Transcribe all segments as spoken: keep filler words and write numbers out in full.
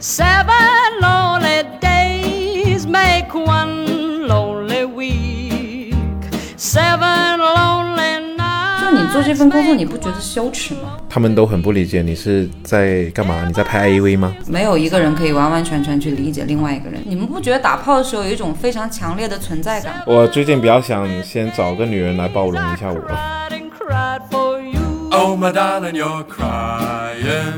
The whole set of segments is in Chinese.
Seven lonely days make one lonely week. Seven lonely nights. 就你做这份工作，你不觉得羞耻吗？ 他们都很不理解你是在干嘛？你在拍 A V 吗？ 没有一个人可以完完全全去理解另外一个人。你们不觉得打炮的时候有一种非常强烈的存在感？ 我最近比较想先找个女人来包容一下我。 Oh my darling, you're crying.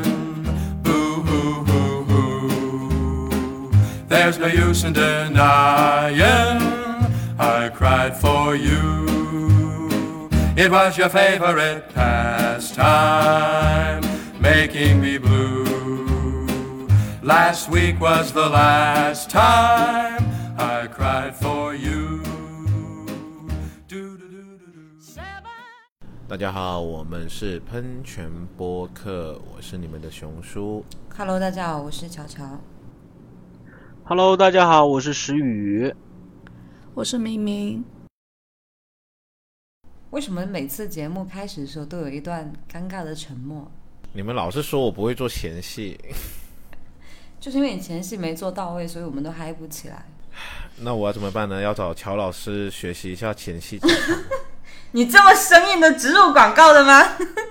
There's no use in denying I cried for you. It was your favorite pastime, making me blue. Last week was the last time I cried for you. 大家好，我们是喷泉播客，我是你们的熊叔。 Hello， 大家好，我是乔乔。 Hello， 大家好，我是石宇。 我是明明。 为什么每次节目开始的时候都有一段尴尬的沉默？ 你们老是说我不会做前戏， 就是因为你前戏没做到位，所以我们都嗨不起来。 那我要怎么办呢？要找乔老师学习一下前戏。 你这么生硬的植入广告的吗？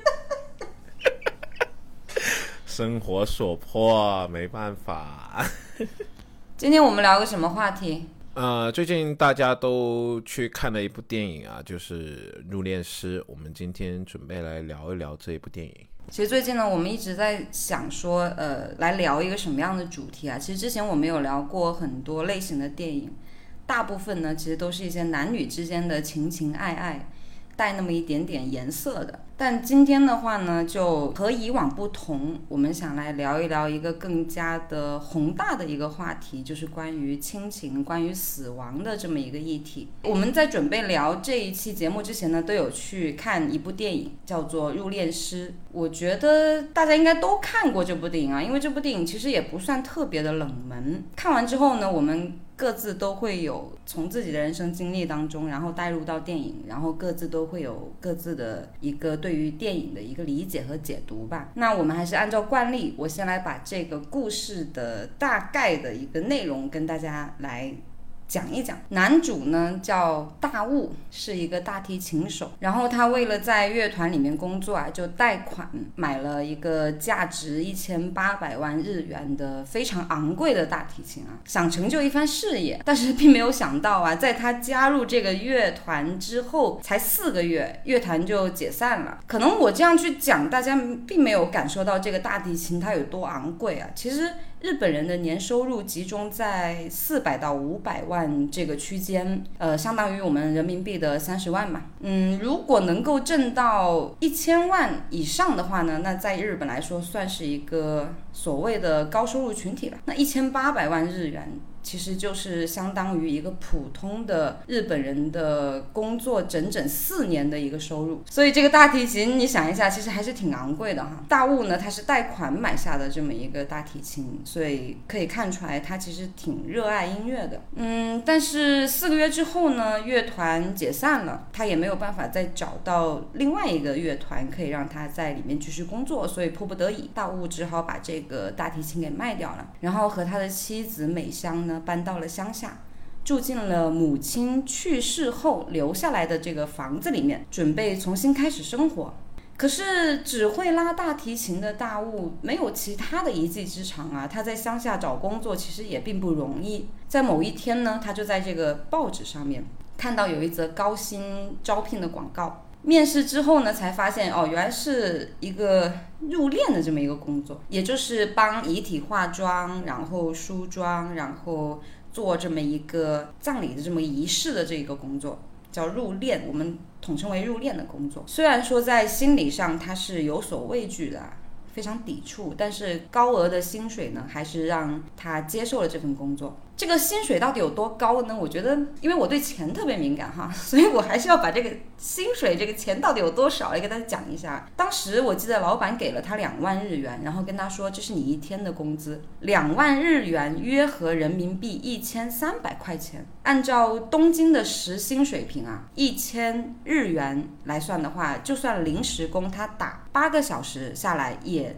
生活所迫，没办法。 今天我们聊个什么话题？ 呃，最近大家都去看了一部电影啊，就是《入殓师》。我们今天准备来聊一聊这一部电影。 其实最近呢，我们一直在想说，呃，来聊一个什么样的主题啊？其实之前我们有聊过很多类型的电影，大部分呢其实都是一些男女之间的情情爱爱，带那么一点点颜色的。但今天的话呢，就和以往不同，我们想来聊一聊一个更加的宏大的一个话题，就是关于亲情、关于死亡的这么一个议题。我们在准备聊这一期节目之前呢，都有去看一部电影，叫做《入殓师》。我觉得大家应该都看过这部电影啊，因为这部电影其实也不算特别的冷门。看完之后呢，我们各自都会有从自己的人生经历当中，然后带入到电影，然后各自都会有各自的一个对于电影的一个理解和解读吧。那我们还是按照惯例，我先来把这个故事的大概的一个内容跟大家来讲一讲。男主呢叫大雾，是一个大提琴手，然后他为了在乐团里面工作啊，就贷款买了一个价值一千八百万日元的非常昂贵的大提琴啊，想成就一番事业。但是并没有想到啊，在他加入这个乐团之后才四个月，乐团就解散了。可能我这样去讲，大家并没有感受到这个大提琴它有多昂贵啊。其实日本人的年收入集中在四百到五百万这个区间，呃，相当于我们人民币的三十万嘛。嗯，如果能够挣到一千万以上的话呢，那在日本来说算是一个所谓的高收入群体了。那一千八百万日元，其实就是相当于一个普通的日本人的工作整整四年的一个收入。所以这个大提琴你想一下，其实还是挺昂贵的哈。大雾呢，他是贷款买下的这么一个大提琴，所以可以看出来他其实挺热爱音乐的。嗯，但是四个月之后呢，乐团解散了，他也没有办法再找到另外一个乐团可以让他在里面继续工作，所以迫不得已，大雾只好把这个大提琴给卖掉了，然后和他的妻子美香呢搬到了乡下，住进了母亲去世后留下来的这个房子里面，准备重新开始生活。可是只会拉大提琴的大雾没有其他的一技之长啊，他在乡下找工作其实也并不容易。在某一天呢，他就在这个报纸上面看到有一则高薪招聘的广告，面试之后呢，才发现哦，原来是一个入殓的这么一个工作，也就是帮遗体化妆，然后梳妆，然后做这么一个葬礼的这么仪式的这个工作，叫入殓，我们统称为入殓的工作。虽然说在心理上他是有所畏惧的，非常抵触，但是高额的薪水呢，还是让他接受了这份工作。这个薪水到底有多高呢？我觉得因为我对钱特别敏感哈，所以我还是要把这个薪水这个钱到底有多少来给大家讲一下。当时我记得老板给了他两万日元，然后跟他说这是你一天的工资，两万日元约合人民币一千三百块钱。按照东京的时薪水平啊，一千日元来算的话，就算临时工他打八个小时下来也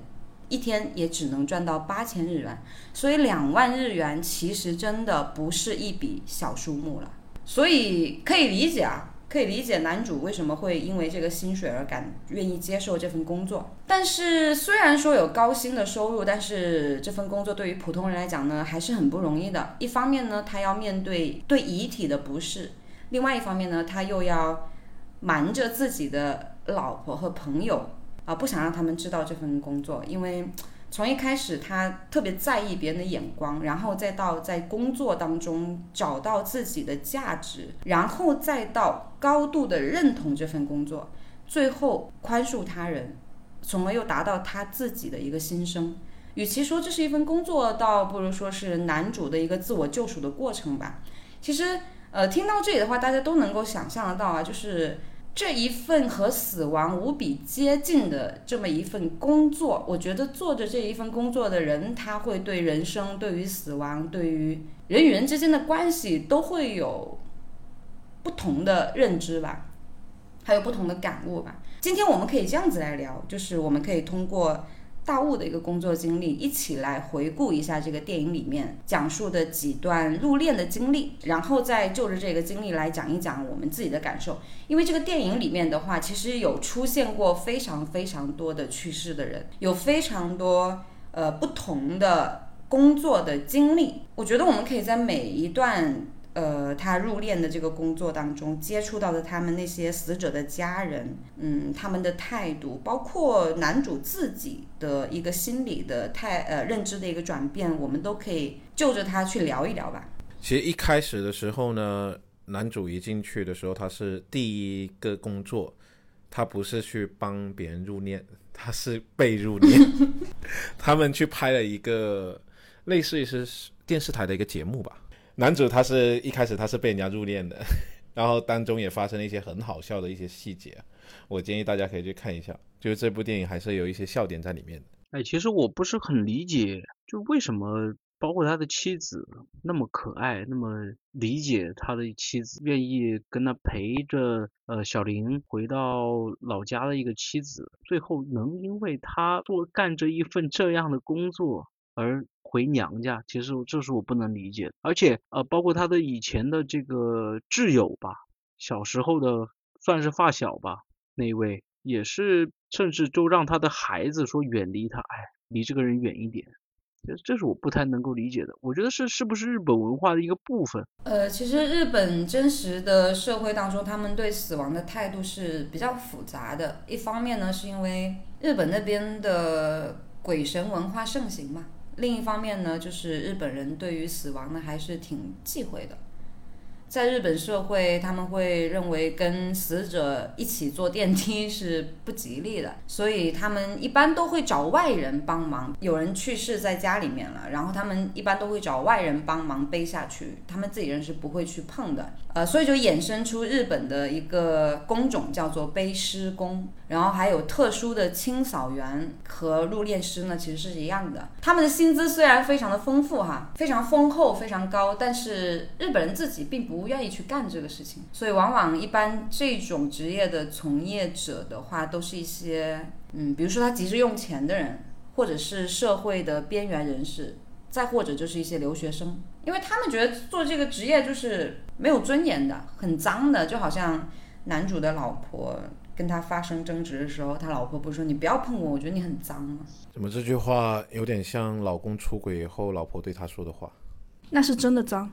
一天也只能赚到八千日元，所以两万日元其实真的不是一笔小数目了。所以可以理解啊，可以理解男主为什么会因为这个薪水而敢愿意接受这份工作。但是虽然说有高薪的收入，但是这份工作对于普通人来讲呢，还是很不容易的。一方面呢，他要面对对遗体的不适，另外一方面呢，他又要瞒着自己的老婆和朋友啊，不想让他们知道这份工作，因为从一开始他特别在意别人的眼光，然后再到在工作当中找到自己的价值，然后再到高度的认同这份工作，最后宽恕他人，从而又达到他自己的一个新生。与其说这是一份工作，倒不如说是男主的一个自我救赎的过程吧。其实呃，听到这里的话，大家都能够想象得到啊，就是这一份和死亡无比接近的这么一份工作，我觉得做着这一份工作的人，他会对人生、对于死亡、对于人与人之间的关系都会有不同的认知吧，还有不同的感悟吧。今天我们可以这样子来聊，就是我们可以通过大雾的一个工作经历，一起来回顾一下这个电影里面讲述的几段入殓的经历，然后再就着这个经历来讲一讲我们自己的感受。因为这个电影里面的话，其实有出现过非常非常多的去世的人，有非常多呃不同的工作的经历。我觉得我们可以在每一段呃，他入殓的这个工作当中接触到的他们那些死者的家人，嗯，他们的态度，包括男主自己的一个心理的态呃认知的一个转变，我们都可以就着他去聊一聊吧。 其实一开始的时候呢，男主一进去的时候，他是第一个工作，他不是去帮别人入殓，他是被入殓。他们去拍了一个类似于是电视台的一个节目吧。男主他是一开始他是被人家入殓的，然后当中也发生了一些很好笑的一些细节，我建议大家可以去看一下，就是这部电影还是有一些笑点在里面的。 哎，其实我不是很理解，就为什么包括他的妻子那么可爱，那么理解他的妻子，愿意跟他陪着呃小林回到老家的一个妻子，最后能因为他做干着一份这样的工作而回娘家，其实这是我不能理解的。而且呃，包括他的以前的这个挚友吧，小时候的算是发小吧，那一位也是，甚至就让他的孩子说远离他，哎，离这个人远一点。这是我不太能够理解的，我觉得是是不是日本文化的一个部分。 呃，其实日本真实的社会当中，他们对死亡的态度是比较复杂的。一方面呢，是因为日本那边的鬼神文化盛行嘛，另一方面呢，就是日本人对于死亡呢还是挺忌讳的。在日本社会，他们会认为跟死者一起坐电梯是不吉利的，所以他们一般都会找外人帮忙。有人去世在家里面了，然后他们一般都会找外人帮忙背下去，他们自己人是不会去碰的。呃，所以就衍生出日本的一个工种叫做背尸工，然后还有特殊的清扫员和入殓师呢，其实是一样的。他们的薪资虽然非常的丰富哈，非常丰厚，非常高，但是日本人自己并不不愿意去干这个事情，所以往往一般这种职业的从业者的话，都是一些嗯，比如说他急着用钱的人，或者是社会的边缘人士，再或者就是一些留学生，因为他们觉得做这个职业就是没有尊严的，很脏的，就好像男主的老婆跟他发生争执的时候，他老婆不是说你不要碰我，我觉得你很脏吗？ 怎么这句话有点像老公出轨以后老婆对他说的话？ 那是真的脏。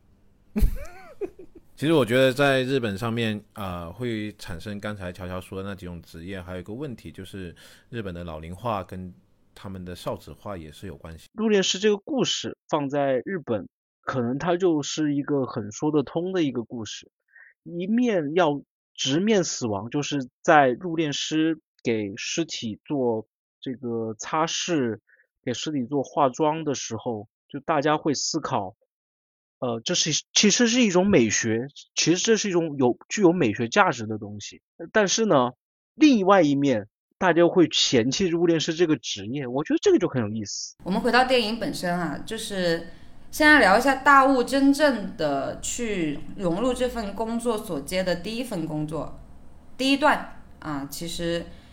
其实我觉得在日本上面呃，会产生刚才乔乔说的那几种职业，还有一个问题就是日本的老龄化跟他们的少子化也是有关系。 入殓师这个故事放在日本，可能它就是一个很说得通的一个故事。一面要直面死亡，就是在入殓师给尸体做这个擦拭，给尸体做化妆的时候，就大家会思考呃，这是其实是一种美学，其实这是一种有具有美学价值的东西。但是呢，另外一面，大家会嫌弃入殓师这个职业，我觉得这个就很有意思。 我们回到电影本身啊，就是现在聊一下大雾真正的去融入这份工作所接的第一份工作，第一段啊，其实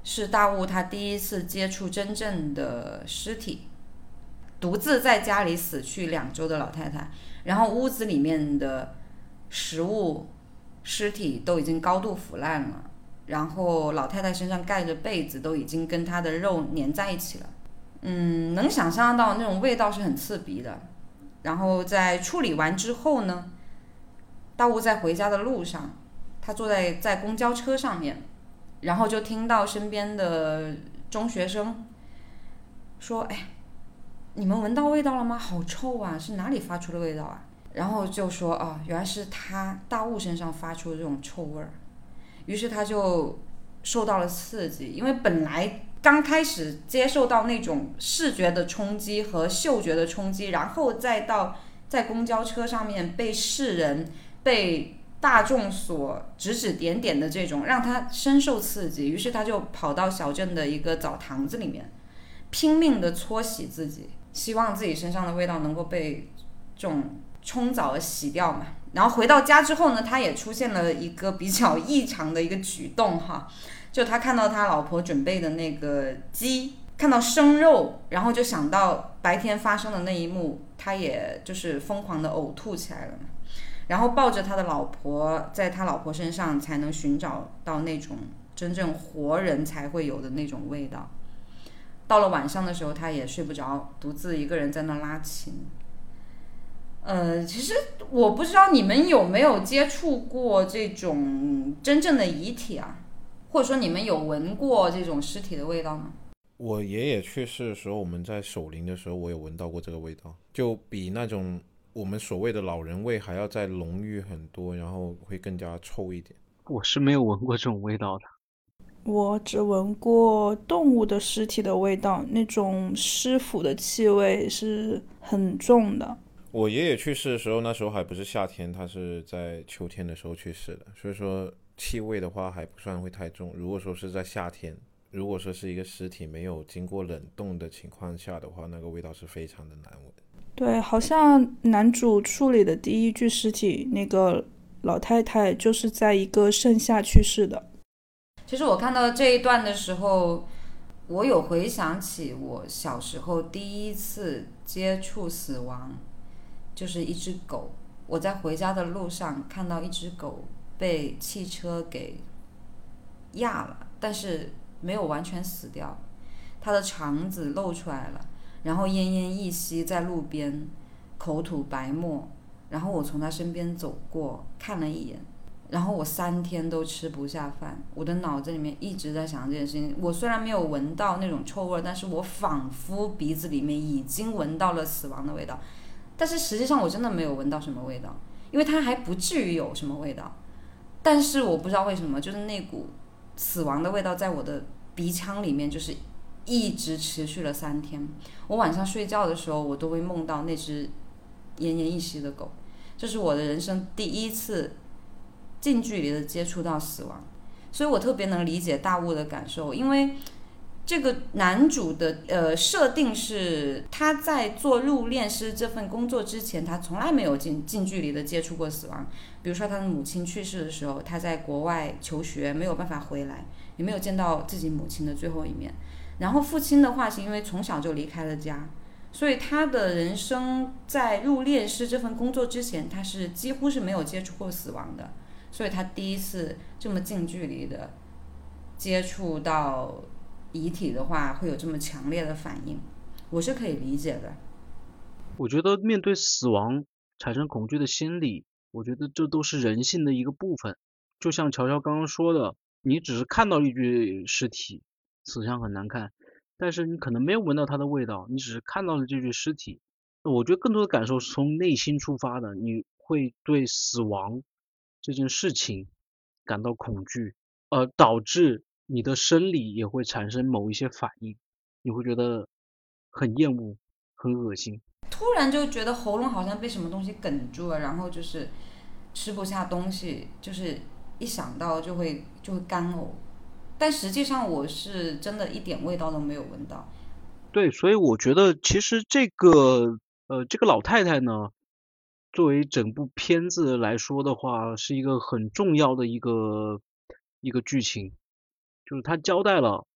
是大雾他第一次接触真正的尸体，独自在家里死去两周的老太太，然后屋子里面的食物、尸体都已经高度腐烂了，然后老太太身上盖着被子都已经跟她的肉粘在一起了。嗯，能想象到那种味道是很刺鼻的。然后在处理完之后呢，大雾在回家的路上，他坐在在公交车上面，然后就听到身边的中学生说：“哎，你们闻到味道了吗？好臭啊，是哪里发出的味道啊？”然后就说：“哦，原来是他大雾身上发出的这种臭味儿。”于是他就受到了刺激，因为本来刚开始接受到那种视觉的冲击和嗅觉的冲击，然后再到在公交车上面被世人、被大众所指指点点的这种，让他深受刺激。于是他就跑到小镇的一个澡堂子里面，拼命的搓洗自己，希望自己身上的味道能够被这种冲澡的洗掉嘛。然后回到家之后呢，他也出现了一个比较异常的一个举动哈。就他看到他老婆准备的那个鸡，看到生肉，然后就想到白天发生的那一幕，他也就是疯狂的呕吐起来了嘛。然后抱着他的老婆，在他老婆身上才能寻找到那种真正活人才会有的那种味道。到了晚上的时候，他也睡不着，独自一个人在那拉琴。呃，其实我不知道你们有没有接触过这种真正的遗体啊？或者说你们有闻过这种尸体的味道吗？ 我爷爷去世的时候，我们在守灵的时候，我有闻到过这个味道，就比那种我们所谓的老人味还要再浓郁很多，然后会更加臭一点。 我是没有闻过这种味道的。 我只闻过动物的尸体的味道，那种尸腐的气味是很重的。 我爷爷去世的时候，那时候还不是夏天，他是在秋天的时候去世的，所以说气味的话还不算会太重。如果说是在夏天，如果说是一个尸体没有经过冷冻的情况下的话，那个味道是非常的难闻。 对，好像男主处理的第一具尸体，那个老太太就是在一个盛夏去世的。 其实我看到这一段的时候，我有回想起我小时候第一次接触死亡，就是一只狗。我在回家的路上看到一只狗被汽车给压了，但是没有完全死掉，它的肠子露出来了，然后奄奄一息在路边，口吐白沫。然后我从它身边走过，看了一眼，然后我三天都吃不下饭。我的脑子里面一直在想这件事情。我虽然没有闻到那种臭味，但是我仿佛鼻子里面已经闻到了死亡的味道，但是实际上我真的没有闻到什么味道，因为它还不至于有什么味道。但是我不知道为什么，就是那股死亡的味道在我的鼻腔里面就是一直持续了三天。我晚上睡觉的时候，我都会梦到那只奄奄一息的狗。这是我的人生第一次近距离的接触到死亡，所以我特别能理解大雾的感受。因为这个男主的呃设定是他在做入殓师这份工作之前，他从来没有近近距离的接触过死亡。比如说他的母亲去世的时候，他在国外求学没有办法回来，也没有见到自己母亲的最后一面。然后父亲的话是因为从小就离开了家，所以他的人生在入殓师这份工作之前，他是几乎是没有接触过死亡的。所以他第一次这么近距离的接触到遗体的话，会有这么强烈的反应，我是可以理解的。 我觉得面对死亡产生恐惧的心理，我觉得这都是人性的一个部分。就像乔乔刚刚说的，你只是看到一具尸体，死相很难看，但是你可能没有闻到它的味道，你只是看到了这具尸体。我觉得更多的感受是从内心出发的，你会对死亡这件事情感到恐惧，呃，导致你的生理也会产生某一些反应，你会觉得很厌恶，很恶心。 突然就觉得喉咙好像被什么东西哽住了，然后就是吃不下东西，就是一想到就会就会干呕。但实际上我是真的一点味道都没有闻到。 对，所以我觉得其实这个呃这个老太太呢，作为整部片子来说的话，是一个很重要的一个一个剧情，就是她交代了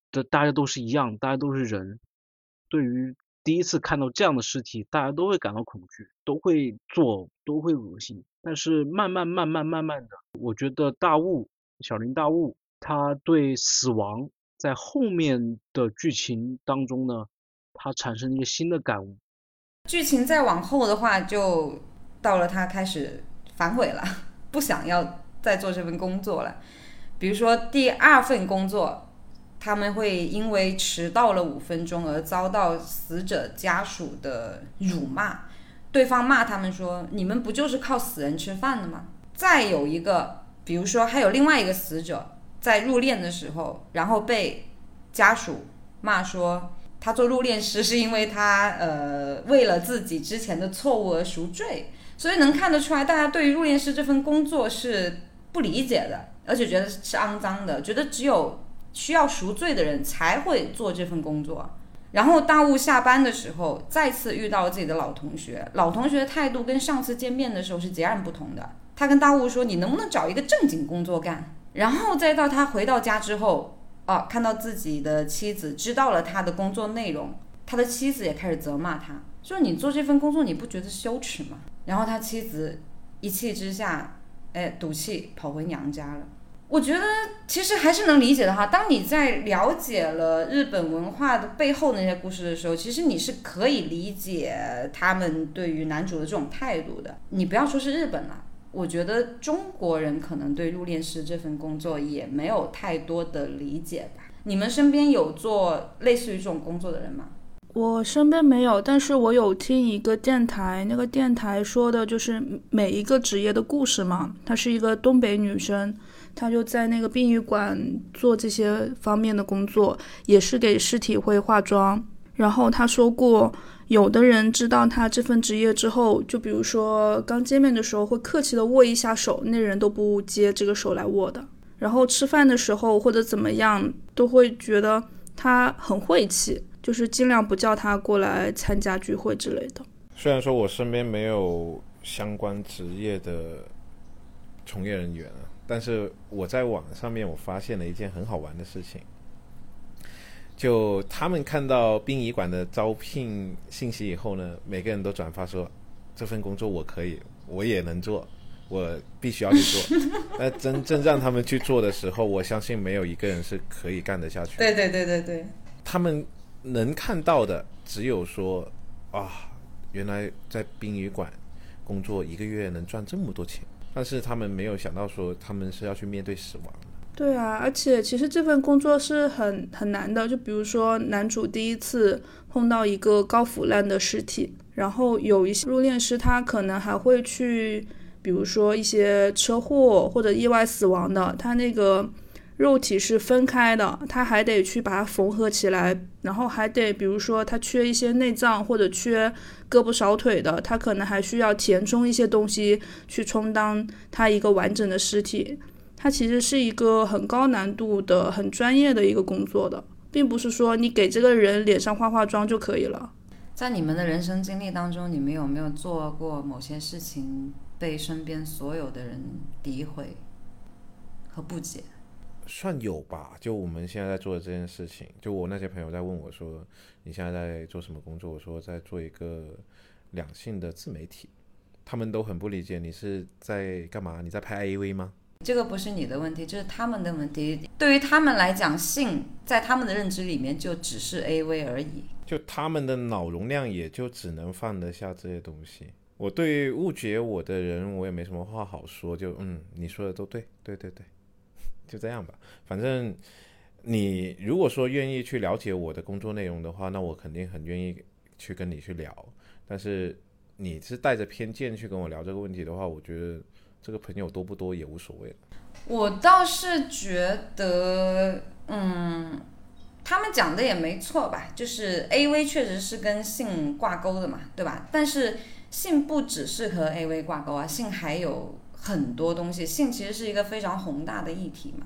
这大家都是一样，大家都是人，对于第一次看到这样的尸体，大家都会感到恐惧，都会做，都会恶心。但是慢慢慢慢慢慢的，我觉得大雾小林大雾他对死亡在后面的剧情当中呢，他产生一个新的感悟。 剧情再往后的话，就到了他开始反悔了，不想要再做这份工作了。比如说第二份工作，他们会因为迟到了五分钟而遭到死者家属的辱骂，对方骂他们说你们不就是靠死人吃饭的吗？再有一个，比如说还有另外一个死者在入殓的时候，然后被家属骂说他做入殓师是因为他呃为了自己之前的错误而赎罪，所以能看得出来大家对于入殓师这份工作是不理解的，而且觉得是肮脏的，觉得只有需要赎罪的人才会做这份工作。然后大雾下班的时候再次遇到自己的老同学，老同学的态度跟上次见面的时候是截然不同的。他跟大雾说你能不能找一个正经工作干，然后再到他回到家之后啊，看到自己的妻子知道了他的工作内容，他的妻子也开始责骂他，说你做这份工作你不觉得羞耻吗？然后他妻子一气之下哎，赌气跑回娘家了。我觉得其实还是能理解的哈。当你在了解了日本文化的背后的那些故事的时候，其实你是可以理解他们对于男主的这种态度的。你不要说是日本了，我觉得中国人可能对入殓师这份工作也没有太多的理解吧。你们身边有做类似于这种工作的人吗？ 我身边没有，但是我有听一个电台，那个电台说的就是每一个职业的故事嘛。她是一个东北女生，她就在那个殡仪馆做这些方面的工作，也是给尸体会化妆。然后她说过，有的人知道她这份职业之后，就比如说刚见面的时候会客气的握一下手，那人都不接这个手来握的。然后吃饭的时候或者怎么样，都会觉得她很晦气，就是尽量不叫他过来参加聚会之类的。 虽然说我身边没有相关职业的从业人员，但是我在网上面我发现了一件很好玩的事情，就他们看到殡仪馆的招聘信息以后呢，每个人都转发说这份工作我可以，我也能做，我必须要去做。那真正让他们去做的时候，我相信没有一个人是可以干得下去的。 对对对对对， 他们能看到的只有说啊，原来在殡仪馆工作一个月能赚这么多钱，但是他们没有想到说他们是要去面对死亡的。 对啊，而且其实这份工作是很很难的，就比如说男主第一次碰到一个高腐烂的尸体，然后有一些入殓师他可能还会去比如说一些车祸或者意外死亡的，他那个肉体是分开的，他还得去把它缝合起来，然后还得比如说他缺一些内脏或者缺胳膊少腿的，他可能还需要填充一些东西去充当他一个完整的尸体。它其实是一个很高难度的很专业的一个工作的，并不是说你给这个人脸上化化妆就可以了。 在你们的人生经历当中，你们有没有做过某些事情被身边所有的人诋毁和不解？ 算有吧，就我们现在在做的这件事情，就我那些朋友在问我说你现在在做什么工作，我说在做一个两性的自媒体，他们都很不理解，你是在干嘛？你在拍 A V 吗？ 这个不是你的问题，这是他们的问题。对于他们来讲，性在他们的认知里面就只是 A V 而已， 就他们的脑容量也就只能放得下这些东西。我对误解我的人我也没什么话好说，就嗯，你说的都对，对对对，就这样吧。反正你如果说愿意去了解我的工作内容的话，那我肯定很愿意去跟你去聊。但是你是带着偏见去跟我聊这个问题的话，我觉得这个朋友多不多也无所谓了。 我倒是觉得嗯他们讲的也没错吧，就是 A V 确实是跟性挂钩的嘛，对吧？但是性不只是和 A V 挂钩啊，性还有很多东西，性其实是一个非常宏大的议题嘛。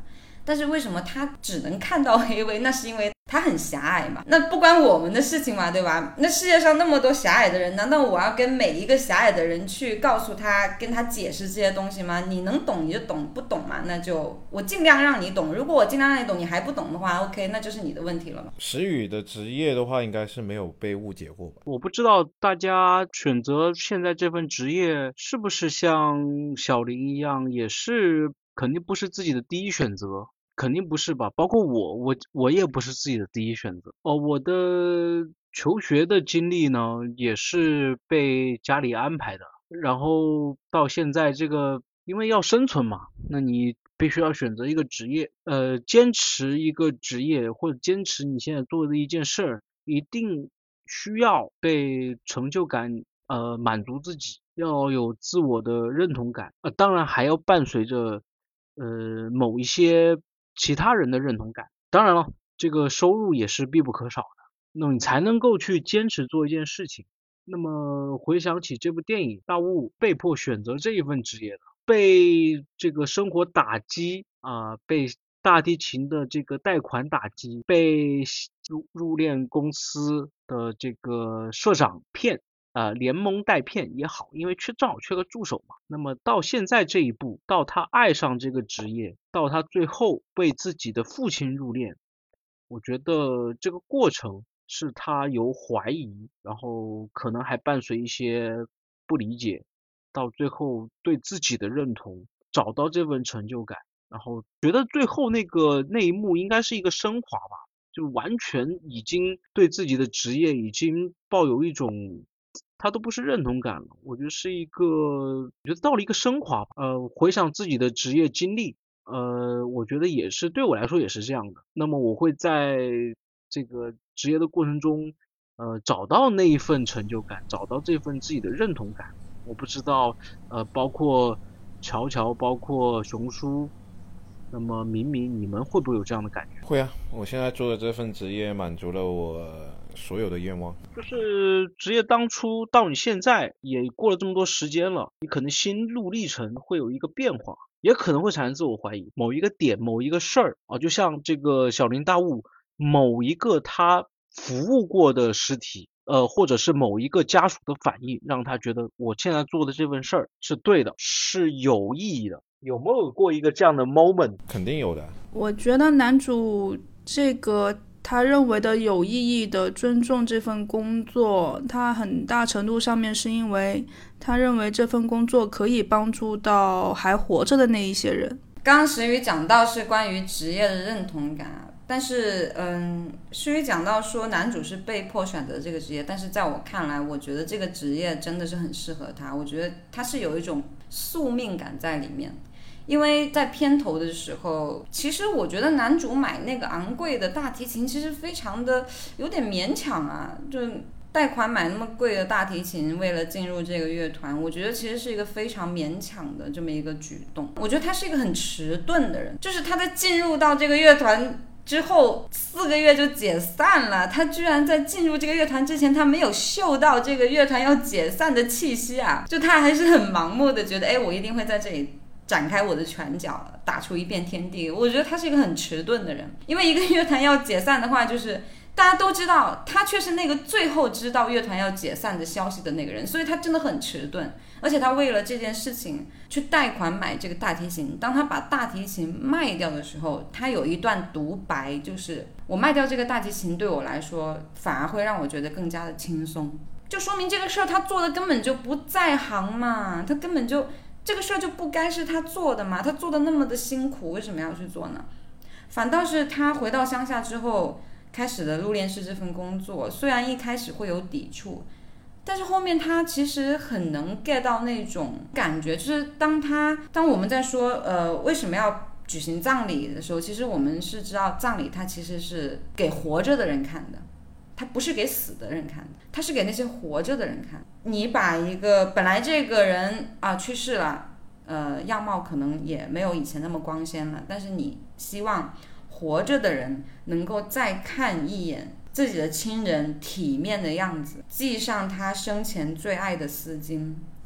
但是为什么他只能看到黑位？那是因为他很狭隘嘛，那不关我们的事情嘛，对吧？那世界上那么多狭隘的人，难道我要跟每一个狭隘的人去告诉他，跟他解释这些东西吗？你能懂你就懂，不懂嘛，那就我尽量让你懂。如果我尽量让你懂，你还不懂的话 ，OK， 那就是你的问题了嘛。 石宇的职业的话，应该是没有被误解过吧？ 我不知道大家选择现在这份职业是不是像小林一样，也是肯定不是自己的第一选择。肯定不是吧，包括我我我也不是自己的第一选择哦。我的求学的经历呢，也是被家里安排的，然后到现在这个，因为要生存嘛，那你必须要选择一个职业，呃，坚持一个职业或者坚持你现在做的一件事儿，一定需要被成就感呃满足自己，要有自我的认同感，呃，当然还要伴随着呃某一些其他人的认同感，当然了，这个收入也是必不可少的，那么你才能够去坚持做一件事情。那么回想起这部电影，大雾被迫选择这一份职业的，被这个生活打击啊、呃，被大提琴的这个贷款打击，被入入殓公司的这个社长骗。呃，连蒙带骗也好，因为缺正好缺个助手嘛。那么到现在这一步，到他爱上这个职业，到他最后被自己的父亲入殓，我觉得这个过程是他由怀疑，然后可能还伴随一些不理解，到最后对自己的认同，找到这份成就感，然后觉得最后那个那一幕应该是一个升华吧，就完全已经对自己的职业已经抱有一种。他都不是认同感了，我觉得是一个，我觉得到了一个升华吧。呃，回想自己的职业经历，呃，我觉得也是对我来说也是这样的。那么我会在这个职业的过程中，呃，找到那一份成就感，找到这份自己的认同感。我不知道，呃，包括乔乔，包括熊叔，那么明明你们会不会有这样的感觉？ 会啊，我现在做的这份职业满足了我所有的愿望。 就是职业当初到你现在也过了这么多时间了，你可能心路历程会有一个变化，也可能会产生自我怀疑。某一个点，某一个事儿啊，就像这个小林大悟，某一个他服务过的尸体，呃，或者是某一个家属的反应，让他觉得我现在做的这份事儿是对的，是有意义的。有没有过一个这样的 moment？ 肯定有的。 我觉得男主这个他认为的有意义的尊重这份工作，他很大程度上面是因为他认为这份工作可以帮助到还活着的那一些人。 刚刚石宇讲到是关于职业的认同感，但是嗯，石宇讲到说男主是被迫选择这个职业，但是在我看来，我觉得这个职业真的是很适合他，我觉得他是有一种宿命感在里面。因为在片头的时候，其实我觉得男主买那个昂贵的大提琴其实非常的有点勉强啊，就贷款买那么贵的大提琴为了进入这个乐团，我觉得其实是一个非常勉强的这么一个举动。我觉得他是一个很迟钝的人，就是他在进入到这个乐团之后四个月就解散了，他居然在进入这个乐团之前他没有嗅到这个乐团要解散的气息啊，就他还是很盲目的觉得哎，我一定会在这里展开我的拳脚，打出一片天地。我觉得他是一个很迟钝的人，因为一个乐团要解散的话，就是大家都知道他却是那个最后知道乐团要解散的消息的那个人，所以他真的很迟钝。而且他为了这件事情去贷款买这个大提琴，当他把大提琴卖掉的时候，他有一段独白，就是我卖掉这个大提琴对我来说反而会让我觉得更加的轻松，就说明这个事儿他做的根本就不在行嘛，他根本就这个事儿就不该是他做的嘛，他做的那么的辛苦，为什么要去做呢？反倒是他回到乡下之后开始的入殓师这份工作，虽然一开始会有抵触，但是后面他其实很能 get 到那种感觉，就是当他当我们在说呃为什么要举行葬礼的时候，其实我们是知道葬礼它其实是给活着的人看的，它不是给死的人看的，它是给那些活着的人看。你把一个本来这个人啊去世了，呃，样貌可能也没有以前那么光鲜了，但是你希望活着的人能够再看一眼自己的亲人体面的样子，系上他生前最爱的丝巾，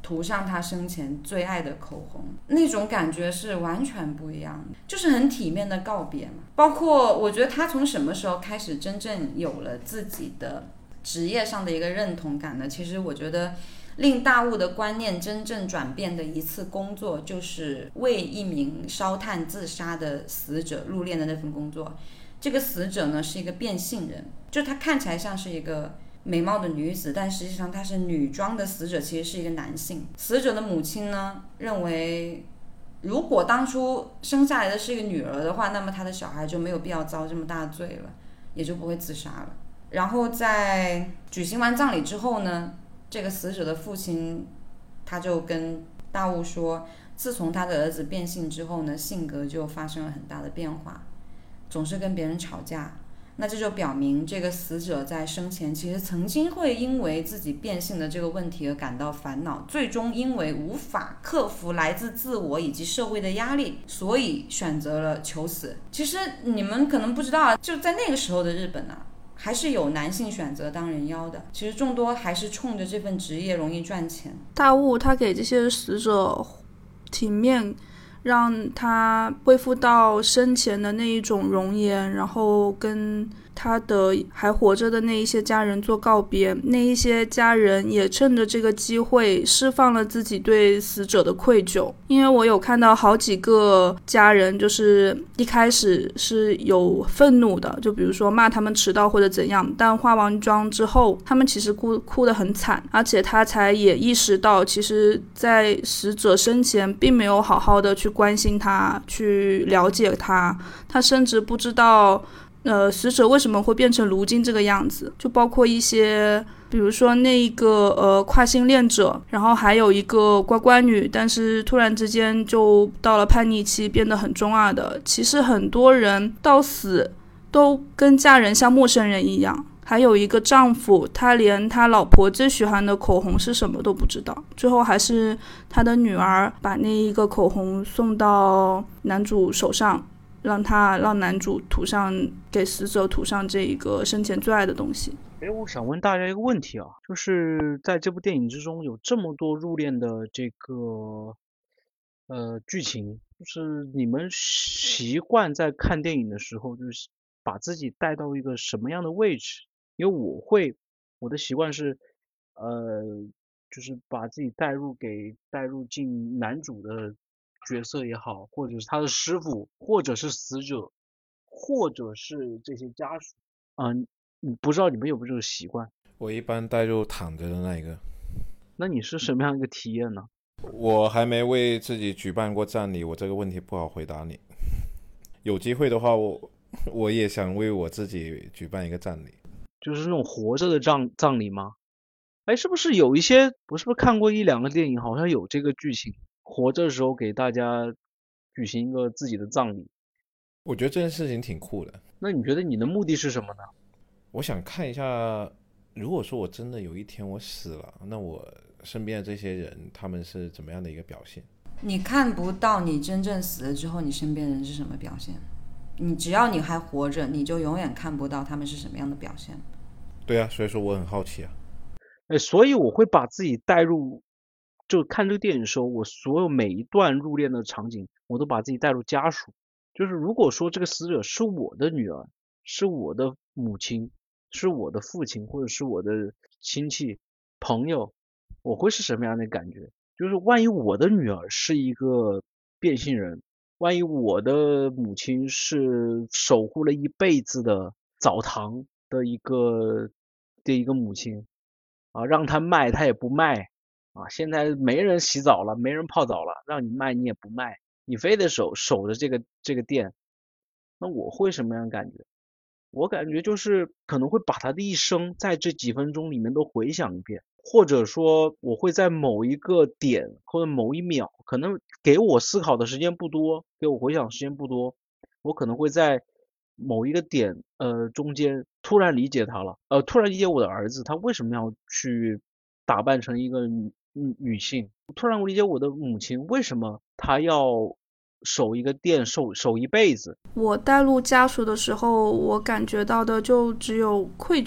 涂上他生前最爱的口红，那种感觉是完全不一样的，就是很体面的告别嘛。包括我觉得他从什么时候开始真正有了自己的职业上的一个认同感呢？其实我觉得令大雾的观念真正转变的一次工作，就是为一名烧炭自杀的死者入殓的那份工作。这个死者呢是一个变性人，就他看起来像是一个美貌的女子，但实际上她是女装的死者，其实是一个男性。死者的母亲呢认为，如果当初生下来的是一个女儿的话，那么她的小孩就没有必要遭这么大的罪了，也就不会自杀了。然后在举行完葬礼之后呢，这个死者的父亲他就跟大雾说，自从他的儿子变性之后呢，性格就发生了很大的变化，总是跟别人吵架。那这就表明这个死者在生前其实曾经会因为自己变性的这个问题而感到烦恼，最终因为无法克服来自自我以及社会的压力，所以选择了求死。其实你们可能不知道啊，就在那个时候的日本啊，还是有男性选择当人妖的，其实众多还是冲着这份职业容易赚钱。 大雾他给这些死者体面，让他恢复到生前的那一种容颜，然后跟他的还活着的那一些家人做告别。那一些家人也趁着这个机会释放了自己对死者的愧疚，因为我有看到好几个家人就是一开始是有愤怒的，就比如说骂他们迟到或者怎样，但化完妆之后他们其实哭哭得很惨，而且他才也意识到其实在死者生前并没有好好的去关心他，去了解他，他甚至不知道呃，死者为什么会变成如今这个样子，就包括一些比如说那一个呃跨性恋者，然后还有一个乖乖女，但是突然之间就到了叛逆期，变得很中二的。其实很多人到死都跟家人像陌生人一样。还有一个丈夫，他连他老婆最喜欢的口红是什么都不知道，最后还是他的女儿把那一个口红送到男主手上，让他让男主涂上，给死者涂上这一个生前最爱的东西。 哎，我想问大家一个问题啊，就是在这部电影之中有这么多入殓的这个呃剧情，就是你们习惯在看电影的时候，就是把自己带到一个什么样的位置？因为我会，我的习惯是，呃，就是把自己带入给带入进男主的角色也好，或者是他的师傅，或者是死者，或者是这些家属。嗯、呃，不知道你们有没有这个习惯？ 我一般带入躺着的那一个。 那你是什么样一个体验呢？ 我还没为自己举办过葬礼，我这个问题不好回答你。有机会的话，我我也想为我自己举办一个葬礼。 就是那种活着的葬葬礼吗？哎，是不是有一些，我是不是看过一两个电影，好像有这个剧情，活着的时候给大家举行一个自己的葬礼。 我觉得这件事情挺酷的。 那你觉得你的目的是什么呢？ 我想看一下，如果说我真的有一天我死了，那我身边的这些人他们是怎么样的一个表现？ 你看不到你真正死了之后你身边人是什么表现，你只要你还活着，你就永远看不到他们是什么样的表现。 对啊，所以说我很好奇啊。 哎，所以我会把自己带入，就看这个电影的时候，我所有每一段入殓的场景，我都把自己带入家属。就是如果说这个死者是我的女儿，是我的母亲，是我的父亲，或者是我的亲戚朋友，我会是什么样的感觉？就是万一我的女儿是一个变性人，万一我的母亲是守护了一辈子的澡堂的一个的一个母亲啊，让她卖她也不卖啊，现在没人洗澡了，没人泡澡了，让你卖你也不卖，你非得守守着这个这个店，那我会什么样的感觉？我感觉就是可能会把他的一生在这几分钟里面都回想一遍，或者说我会在某一个点或者某一秒，可能给我思考的时间不多，给我回想的时间不多，我可能会在某一个点呃中间突然理解他了，呃突然理解我的儿子他为什么要去打扮成一个女女性，突然我理解我的母亲为什么她要守一个店守守一辈子。 我带入家属的时候，我感觉到的就只有愧疚，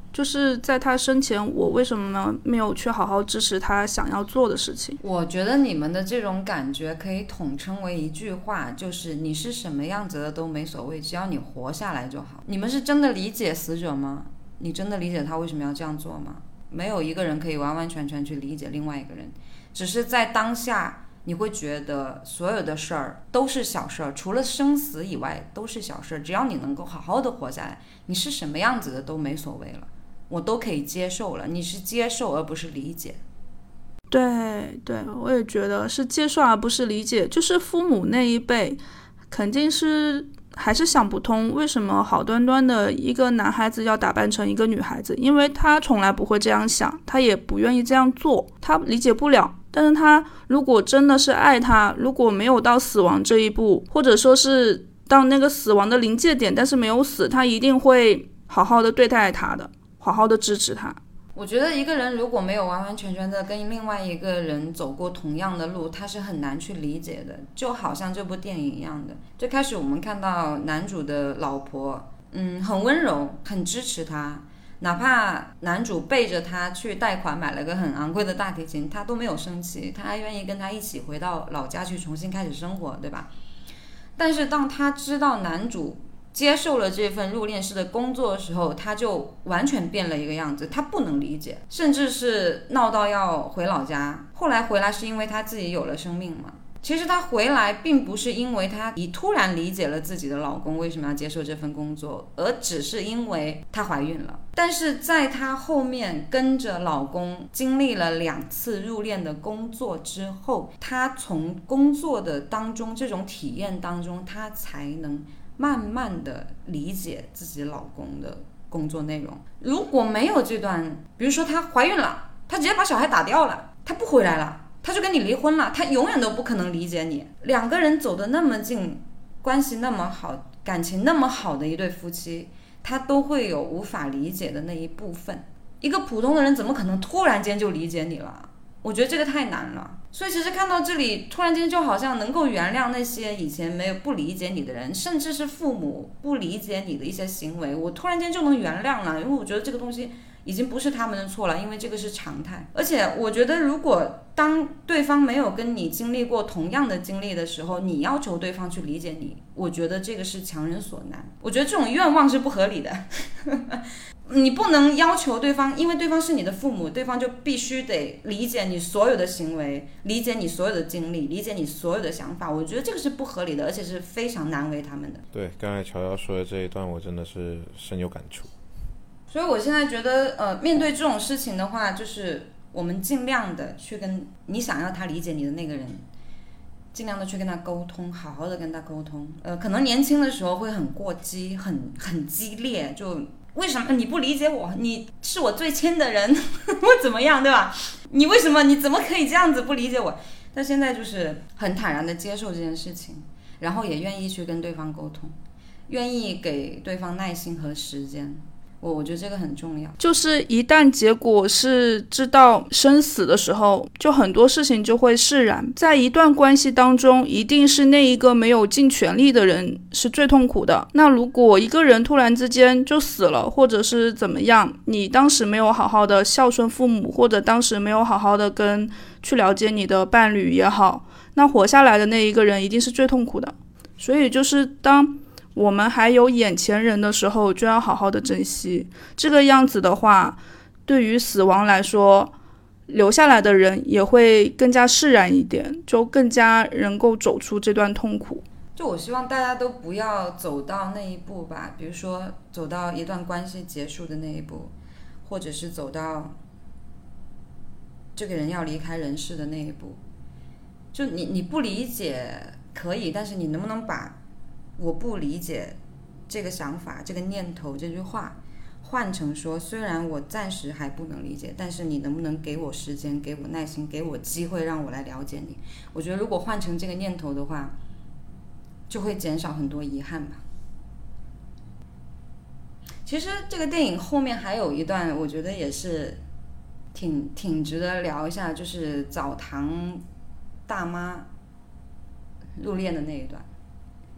就是在他生前，我为什么没有去好好支持他想要做的事情？ 我觉得你们的这种感觉可以统称为一句话，就是你是什么样子的都没所谓，只要你活下来就好。你们是真的理解死者吗？你真的理解他为什么要这样做吗？没有一个人可以完完全全去理解另外一个人，只是在当下你会觉得所有的事儿都是小事儿，除了生死以外都是小事儿，只要你能够好好的活下来，你是什么样子的都没所谓了，我都可以接受了。你是接受而不是理解。 对对，我也觉得是接受而不是理解。就是父母那一辈肯定是还是想不通为什么好端端的一个男孩子要打扮成一个女孩子，因为他从来不会这样想，他也不愿意这样做，他理解不了。但是他如果真的是爱他，如果没有到死亡这一步，或者说是到那个死亡的临界点但是没有死，他一定会好好的对待他的，好好的支持他。 我觉得一个人如果没有完完全全的跟另外一个人走过同样的路，他是很难去理解的。就好像这部电影一样的，最开始我们看到男主的老婆嗯，很温柔，很支持他，哪怕男主背着他去贷款买了个很昂贵的大提琴，他都没有生气，他还愿意跟他一起回到老家去重新开始生活，对吧？但是当他知道男主接受了这份入殓师的工作的时候，他就完全变了一个样子，他不能理解，甚至是闹到要回老家。后来回来是因为他自己有了生命嘛。其实他回来并不是因为他突然理解了自己的老公为什么要接受这份工作，而只是因为她怀孕了。但是在她后面跟着老公经历了两次入殓的工作之后，她从工作的当中这种体验当中，她才能慢慢的理解自己老公的工作内容。如果没有这段，比如说她怀孕了，她直接把小孩打掉了，她不回来了，他就跟你离婚了，他永远都不可能理解你。两个人走得那么近，关系那么好，感情那么好的一对夫妻，他都会有无法理解的那一部分。一个普通的人怎么可能突然间就理解你了？我觉得这个太难了。所以其实看到这里，突然间就好像能够原谅那些以前没有不理解你的人，甚至是父母不理解你的一些行为，我突然间就能原谅了，因为我觉得这个东西已经不是他们的错了，因为这个是常态。而且我觉得如果当对方没有跟你经历过同样的经历的时候，你要求对方去理解你，我觉得这个是强人所难，我觉得这种愿望是不合理的你不能要求对方，因为对方是你的父母，对方就必须得理解你所有的行为，理解你所有的经历，理解你所有的想法，我觉得这个是不合理的，而且是非常难为他们的。 对，刚才乔乔说的这一段我真的是深有感触。 所以我现在觉得呃，面对这种事情的话，就是我们尽量的去跟你想要他理解你的那个人尽量的去跟他沟通，好好的跟他沟通。呃，可能年轻的时候会很过激，很很激烈，就为什么你不理解我？你是我最亲的人我怎么样，对吧？你为什么你怎么可以这样子不理解我？但现在就是很坦然的接受这件事情，然后也愿意去跟对方沟通，愿意给对方耐心和时间。我我觉得这个很重要， 就是一旦结果是知道生死的时候，就很多事情就会释然。在一段关系当中，一定是那一个没有尽全力的人是最痛苦的。那如果一个人突然之间就死了，或者是怎么样，你当时没有好好的孝顺父母，或者当时没有好好的跟去了解你的伴侣也好，那活下来的那一个人一定是最痛苦的。所以就是当我们还有眼前人的时候，就要好好的珍惜。这个样子的话，对于死亡来说，留下来的人也会更加释然一点，就更加能够走出这段痛苦。 就我希望大家都不要走到那一步吧，比如说走到一段关系结束的那一步，或者是走到这个人要离开人世的那一步。就你你不理解可以，但是你能不能把我不理解这个想法，这个念头，这句话换成说，虽然我暂时还不能理解，但是你能不能给我时间，给我耐心，给我机会，让我来了解你。我觉得如果换成这个念头的话，就会减少很多遗憾吧。其实这个电影后面还有一段我觉得也是挺挺值得聊一下，就是澡堂大妈入殓的那一段。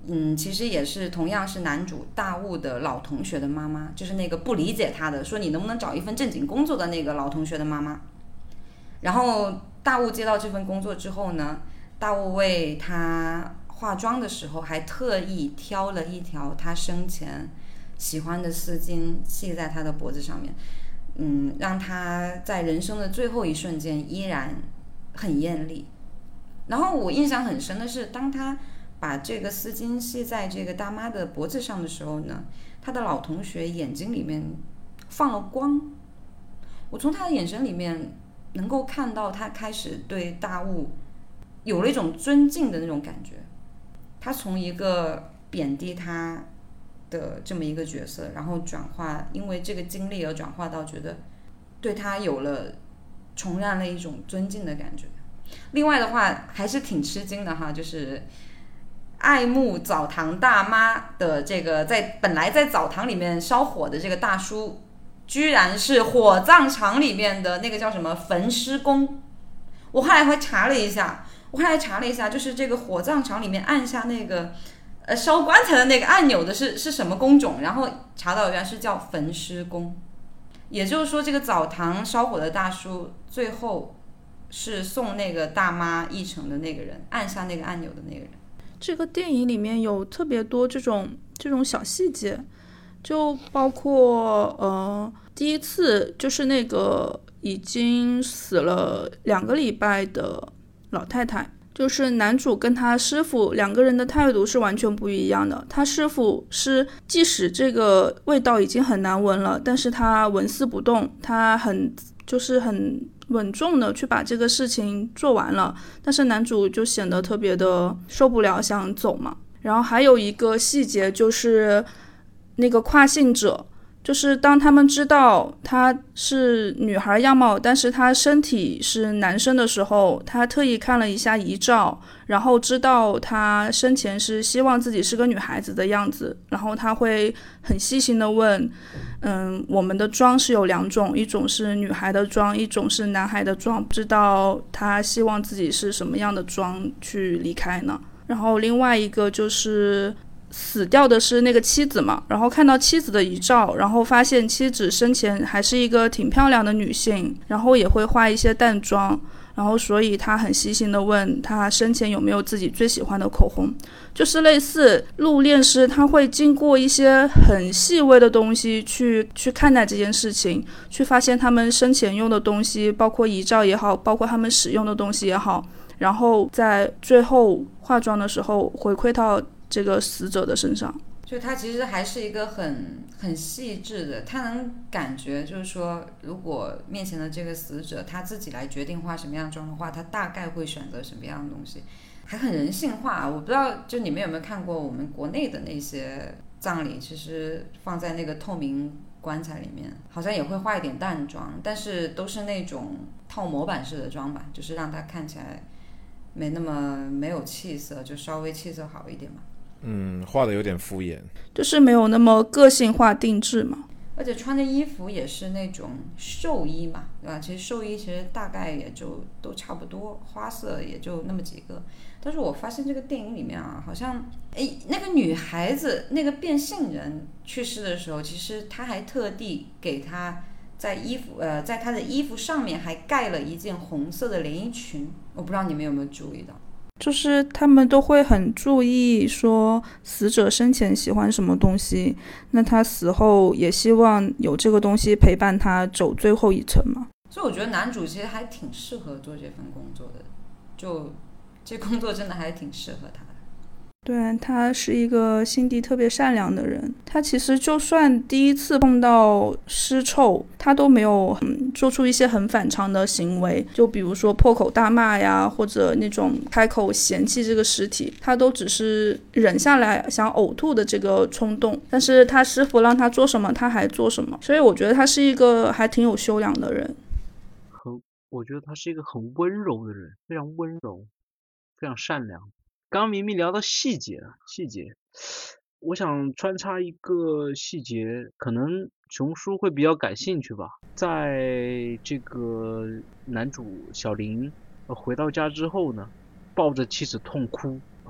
嗯，其实也是同样是男主大雾的老同学的妈妈，就是那个不理解他的，说你能不能找一份正经工作的那个老同学的妈妈。然后大雾接到这份工作之后呢，大雾为他化妆的时候还特意挑了一条他生前喜欢的丝巾系在他的脖子上面，嗯，让他在人生的最后一瞬间依然很艳丽。然后我印象很深的是，当他把这个丝巾系在这个大妈的脖子上的时候呢，他的老同学眼睛里面放了光，我从他的眼神里面能够看到他开始对大雾有了一种尊敬的那种感觉。他从一个贬低他的这么一个角色，然后转化，因为这个经历而转化到觉得对他有了重燃了一种尊敬的感觉。另外的话还是挺吃惊的哈，就是爱慕澡堂大妈的这个在本来在澡堂里面烧火的这个大叔，居然是火葬场里面的那个叫什么焚尸工。我后来还查了一下，我后来查了一下，就是这个火葬场里面按下那个呃烧棺材的那个按钮的是是什么工种，然后查到原来是叫焚尸工。也就是说，这个澡堂烧火的大叔最后是送那个大妈一程的那个人，按下那个按钮的那个人。 这个电影里面有特别多这种这种小细节，就包括呃第一次就是那个已经死了两个礼拜的老太太，就是男主跟他师傅两个人的态度是完全不一样的。他师傅是即使这个味道已经很难闻了，但是他纹丝不动，他很就是很稳重的去把这个事情做完了，但是男主就显得特别的受不了，想走嘛。然后还有一个细节就是那个跨性者，就是当他们知道他是女孩样貌，但是他身体是男生的时候，他特意看了一下遗照，然后知道他生前是希望自己是个女孩子的样子，然后他会很细心的问，嗯，我们的妆是有两种，一种是女孩的妆，一种是男孩的妆，不知道他希望自己是什么样的妆去离开呢？然后另外一个就是死掉的是那个妻子嘛，然后看到妻子的遗照，然后发现妻子生前还是一个挺漂亮的女性，然后也会化一些淡妆，然后所以他很细心的问他生前有没有自己最喜欢的口红。就是类似入殓师他会经过一些很细微的东西去去看待这件事情，去发现他们生前用的东西，包括遗照也好，包括他们使用的东西也好，然后在最后化妆的时候回馈到这个死者的身上。 就他其实还是一个很很细致的，他能感觉就是说，如果面前的这个死者他自己来决定化什么样妆的话，他大概会选择什么样的东西，还很人性化。我不知道就你们有没有看过我们国内的那些葬礼，其实放在那个透明棺材里面好像也会化一点淡妆，但是都是那种套模板式的妆吧，就是让它看起来没那么没有气色，就稍微气色好一点嘛。 嗯，画的有点敷衍， 就是没有那么个性化定制嘛。 而且穿的衣服也是那种寿衣嘛，对吧？其实寿衣其实大概也就都差不多，花色也就那么几个。但是我发现这个电影里面啊，好像哎，那个女孩子那个变性人去世的时候，其实她还特地给她在衣服呃，在她的衣服上面还盖了一件红色的连衣裙。我不知道你们有没有注意到， 就是他们都会很注意说死者生前喜欢什么东西，那他死后也希望有这个东西陪伴他走最后一程嘛。 所以我觉得男主其实还挺适合做这份工作的，就这工作真的还挺适合他的。 对，他是一个心地特别善良的人，他其实就算第一次碰到尸臭，他都没有、嗯、做出一些很反常的行为，就比如说破口大骂呀，或者那种开口嫌弃这个尸体，他都只是忍下来想呕吐的这个冲动，但是他师傅让他做什么他还做什么，所以我觉得他是一个还挺有修养的人。 很，我觉得他是一个很温柔的人，非常温柔，非常善良。刚刚明明聊到细节了，细节，我想穿插一个细节，可能熊叔会比较感兴趣吧。在这个男主小林回到家之后呢，抱着妻子痛哭，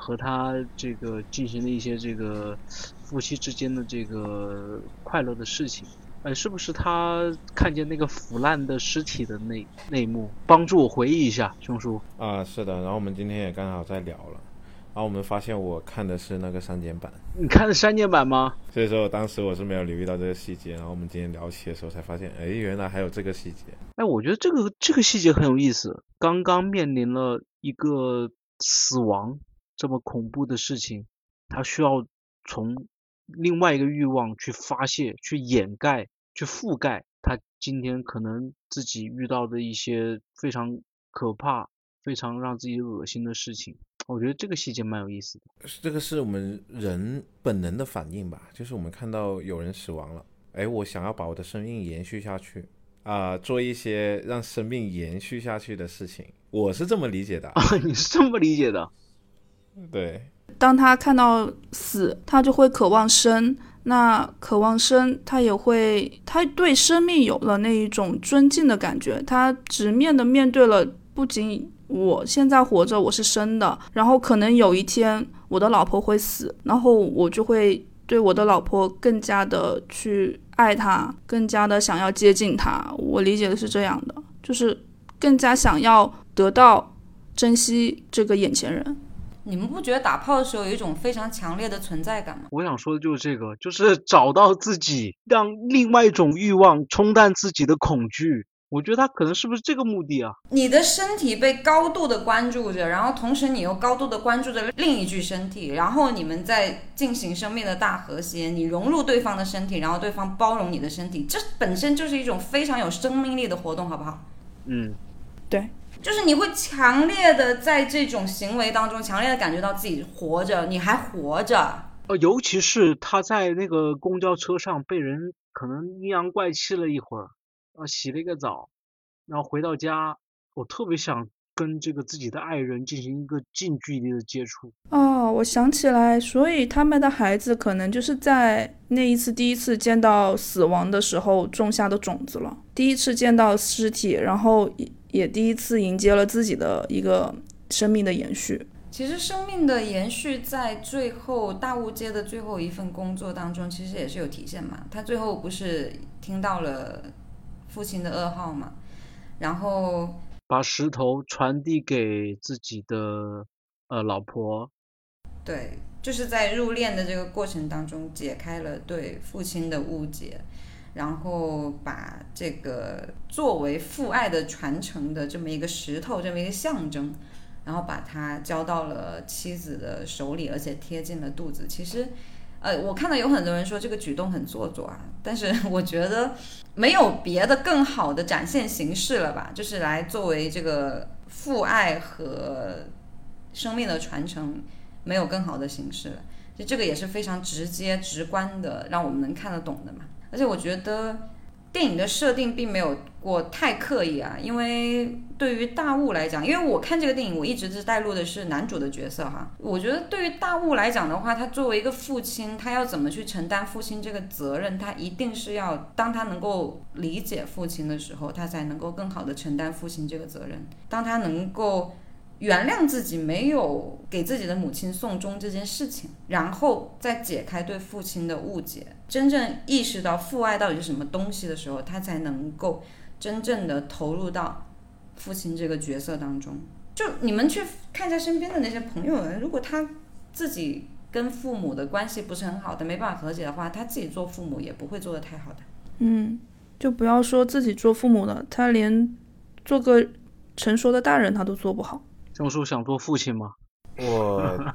和他这个进行了一些这个夫妻之间的这个快乐的事情。呃，是不是他看见那个腐烂的尸体的那那一幕？帮助我回忆一下，兄叔。 啊，是的。然后我们今天也刚好在聊了，然后我们发现我看的是那个删减版。 你看的删减版吗？ 所以说我当时我是没有留意到这个细节，然后我们今天聊起的时候才发现，哎，原来还有这个细节。 哎，我觉得这个这个细节很有意思。刚刚面临了一个死亡这么恐怖的事情，他需要从另外一个欲望去发泄、去掩盖、去覆盖他今天可能自己遇到的一些非常可怕、非常让自己恶心的事情。我觉得这个细节蛮有意思的。 这个是我们人本能的反应吧，就是我们看到有人死亡了，哎，我想要把我的生命延续下去啊、呃，做一些让生命延续下去的事情，我是这么理解的啊。你是这么理解的？ 对。 当他看到死，他就会渴望生，那渴望生，他也会，他对生命有了那一种尊敬的感觉，他直面的面对了不仅我现在活着我是生的，然后可能有一天我的老婆会死，然后我就会对我的老婆更加的去爱她，更加的想要接近她。我理解的是这样的，就是更加想要得到珍惜这个眼前人。 你们不觉得打炮的时候有一种非常强烈的存在感吗？ 我想说的就是这个，就是找到自己，让另外一种欲望冲淡自己的恐惧。我觉得他可能是不是这个目的啊？ 你的身体被高度的关注着，然后同时你又高度的关注着另一具身体，然后你们在进行生命的大和谐，你融入对方的身体，然后对方包容你的身体，这本身就是一种非常有生命力的活动，好不好？ 嗯， 对， 就是你会强烈的在这种行为当中强烈的感觉到自己活着，你还活着。 呃，尤其是他在那个公交车上被人可能阴阳怪气了一会儿，呃，洗了一个澡，然后回到家，我特别想跟这个自己的爱人进行一个近距离的接触。 哦，我想起来，所以他们的孩子可能就是在那一次第一次见到死亡的时候种下的种子了，第一次见到尸体，然后也第一次迎接了自己的一个生命的延续。 其实生命的延续在最后大雾街的最后一份工作当中其实也是有体现嘛，他最后不是听到了父亲的噩耗嘛，然后把石头传递给自己的呃老婆。 对，就是在入殓的这个过程当中解开了对父亲的误解，然后把这个作为父爱的传承的这么一个石头，这么一个象征，然后把它交到了妻子的手里，而且贴近了肚子。其实呃，我看到有很多人说这个举动很做作啊，但是我觉得没有别的更好的展现形式了吧，就是来作为这个父爱和生命的传承，没有更好的形式了。就这个也是非常直接直观的，让我们能看得懂的嘛。而且我觉得电影的设定并没有过太刻意啊，因为对于大雾来讲，因为我看这个电影我一直是带入的是男主的角色哈，我觉得对于大雾来讲的话，他作为一个父亲，他要怎么去承担父亲这个责任，他一定是要当他能够理解父亲的时候，他才能够更好的承担父亲这个责任。当他能够原谅自己没有给自己的母亲送终这件事情，然后再解开对父亲的误解，真正意识到父爱到底是什么东西的时候，他才能够真正的投入到父亲这个角色当中。就你们去看一下身边的那些朋友，如果他自己跟父母的关系不是很好的，没办法和解的话，他自己做父母也不会做得太好的。 嗯，就不要说自己做父母了，他连做个成熟的大人他都做不好。 兄叔想做父亲吗？ 我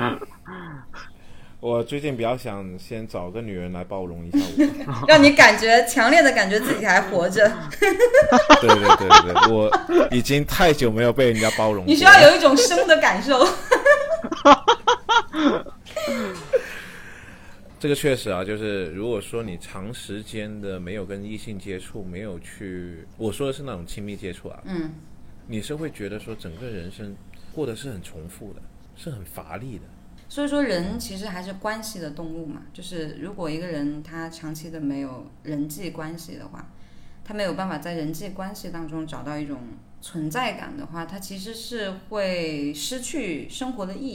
我最近比较想先找个女人来包容一下我， 让你感觉强烈的感觉自己还活着。 对对对对，我已经太久没有被人家包容过， 你需要有一种生的感受。 这个确实啊，就是如果说你长时间的没有跟异性接触，没有去，我说的是那种亲密接触啊， 嗯， 你是会觉得说整个人生过得是很重复的，是很乏力的。 所以说人其实还是关系的动物嘛，就是如果一个人他长期的没有人际关系的话，他没有办法在人际关系当中找到一种存在感的话，他其实是会失去生活的意义的。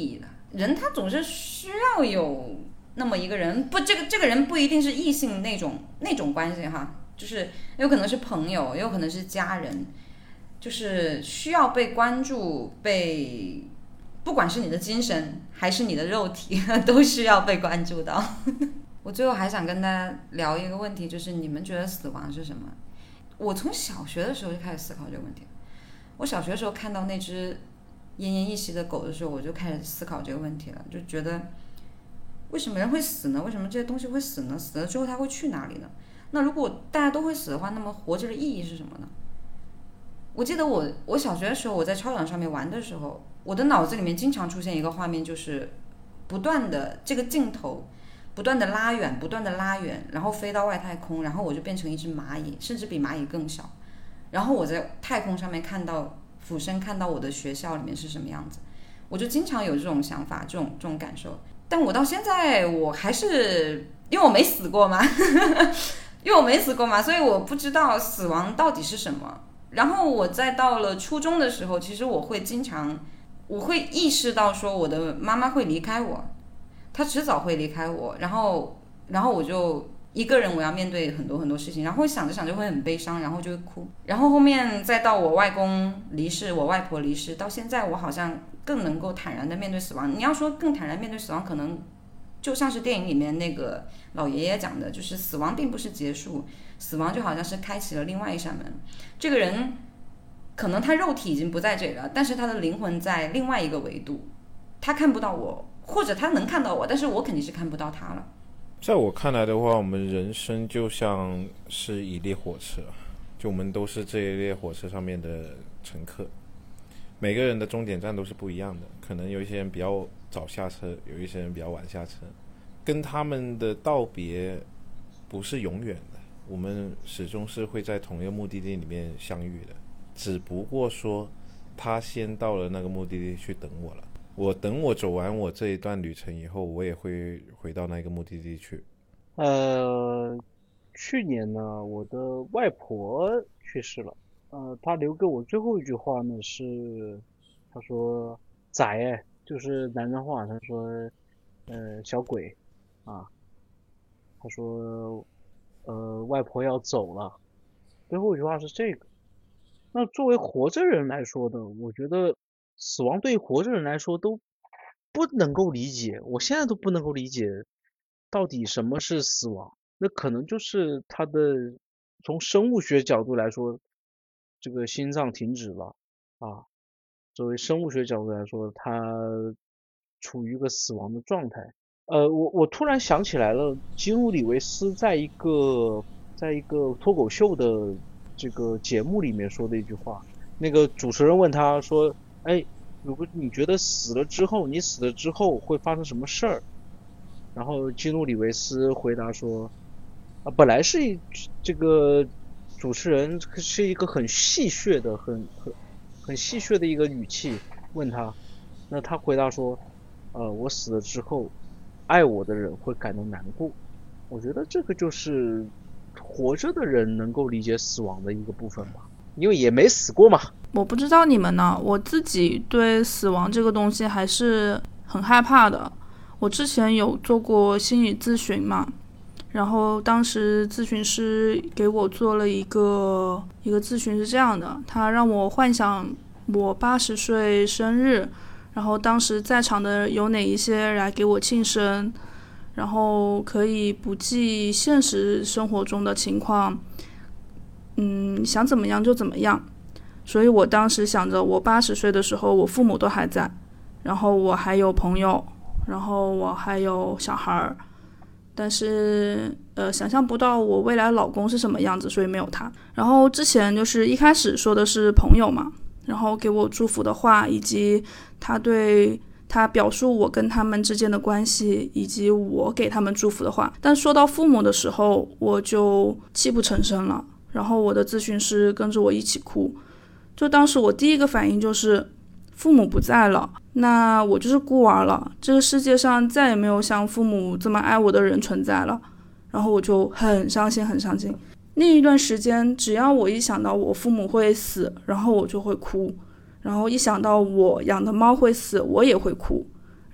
人他总是需要有那么一个人，不，这个这个人不一定是异性那种那种关系哈，就是有可能是朋友，有可能是家人，就是需要被关注，被不管是你的精神还是你的肉体都需要被关注到。我最后还想跟大家聊一个问题，就是你们觉得死亡是什么？我从小学的时候就开始思考这个问题。我小学的时候看到那只奄奄一息的狗的时候，我就开始思考这个问题了，就觉得为什么人会死呢？为什么这些东西会死呢？死了之后它会去哪里呢？那如果大家都会死的话，那么活着的意义是什么呢？我记得我我小学的时候，我在操场上面玩的时候，我的脑子里面经常出现一个画面，就是不断的这个镜头不断的拉远，不断的拉远，然后飞到外太空，然后我就变成一只蚂蚁，甚至比蚂蚁更小。然后我在太空上面看到俯身看到我的学校里面是什么样子，我就经常有这种想法，这种这种感受。但我到现在我还是因为我没死过嘛因为我没死过嘛，所以我不知道死亡到底是什么。然后我再到了初中的时候，其实我会经常我会意识到说我的妈妈会离开我，她迟早会离开我，然后然后我就一个人我要面对很多很多事情，然后想着想着会很悲伤，然后就会哭。然后后面再到我外公离世，我外婆离世，到现在我好像更能够坦然的面对死亡。你要说更坦然面对死亡，可能就像是电影里面那个老爷爷讲的，就是死亡并不是结束，死亡就好像是开启了另外一扇门。这个人可能他肉体已经不在这里了，但是他的灵魂在另外一个维度，他看不到我，或者他能看到我，但是我肯定是看不到他了。 在我看来的话，我们人生就像是一列火车，就我们都是这一列火车上面的乘客，每个人的终点站都是不一样的，可能有一些人比较早下车，有一些人比较晚下车，跟他们的道别不是永远的，我们始终是会在同一个目的地里面相遇的，只不过说他先到了那个目的地去等我了，我等我走完我这一段旅程以后，我也会回到那个目的地去。 呃，去年呢，我的外婆去世了。呃，她留给我最后一句话呢是，她说“仔哎”，就是南昌话，她说呃小鬼啊，她说呃外婆要走了，最后一句话是这个。那作为活着人来说呢，我觉得死亡对于活着人来说都不能够理解，我现在都不能够理解到底什么是死亡。那可能就是他的从生物学角度来说，这个心脏停止了啊，作为生物学角度来说，他处于一个死亡的状态。呃，我我突然想起来了，基努里维斯在一个在一个脱口秀的这个节目里面说的一句话，那个主持人问他说：“哎，如果你觉得死了之后，你死了之后会发生什么事儿？”然后基努里维斯回答说：“啊，本来是一这个主持人是一个很戏谑的、很很很戏谑的一个语气问他，那他回答说：‘呃，我死了之后，爱我的人会感到难过。’我觉得这个就是活着的人能够理解死亡的一个部分吧，因为也没死过嘛。 我不知道你们呢，我自己对死亡这个东西还是很害怕的。我之前有做过心理咨询嘛，然后当时咨询师给我做了一个一个咨询是这样的，他让我幻想我八十岁生日，然后当时在场的有哪一些来给我庆生，然后可以不计现实生活中的情况，嗯，想怎么样就怎么样。所以我当时想着，我八十岁的时候，我父母都还在，然后我还有朋友，然后我还有小孩，但是呃，想象不到我未来老公是什么样子，所以没有他。然后之前就是一开始说的是朋友嘛，然后给我祝福的话，以及他对他表述我跟他们之间的关系，以及我给他们祝福的话。但说到父母的时候，我就泣不成声了，然后我的咨询师跟着我一起哭。就当时我第一个反应就是父母不在了，那我就是孤儿了，这个世界上再也没有像父母这么爱我的人存在了。然后我就很伤心很伤心。那一段时间只要我一想到我父母会死，然后我就会哭，然后一想到我养的猫会死，我也会哭，然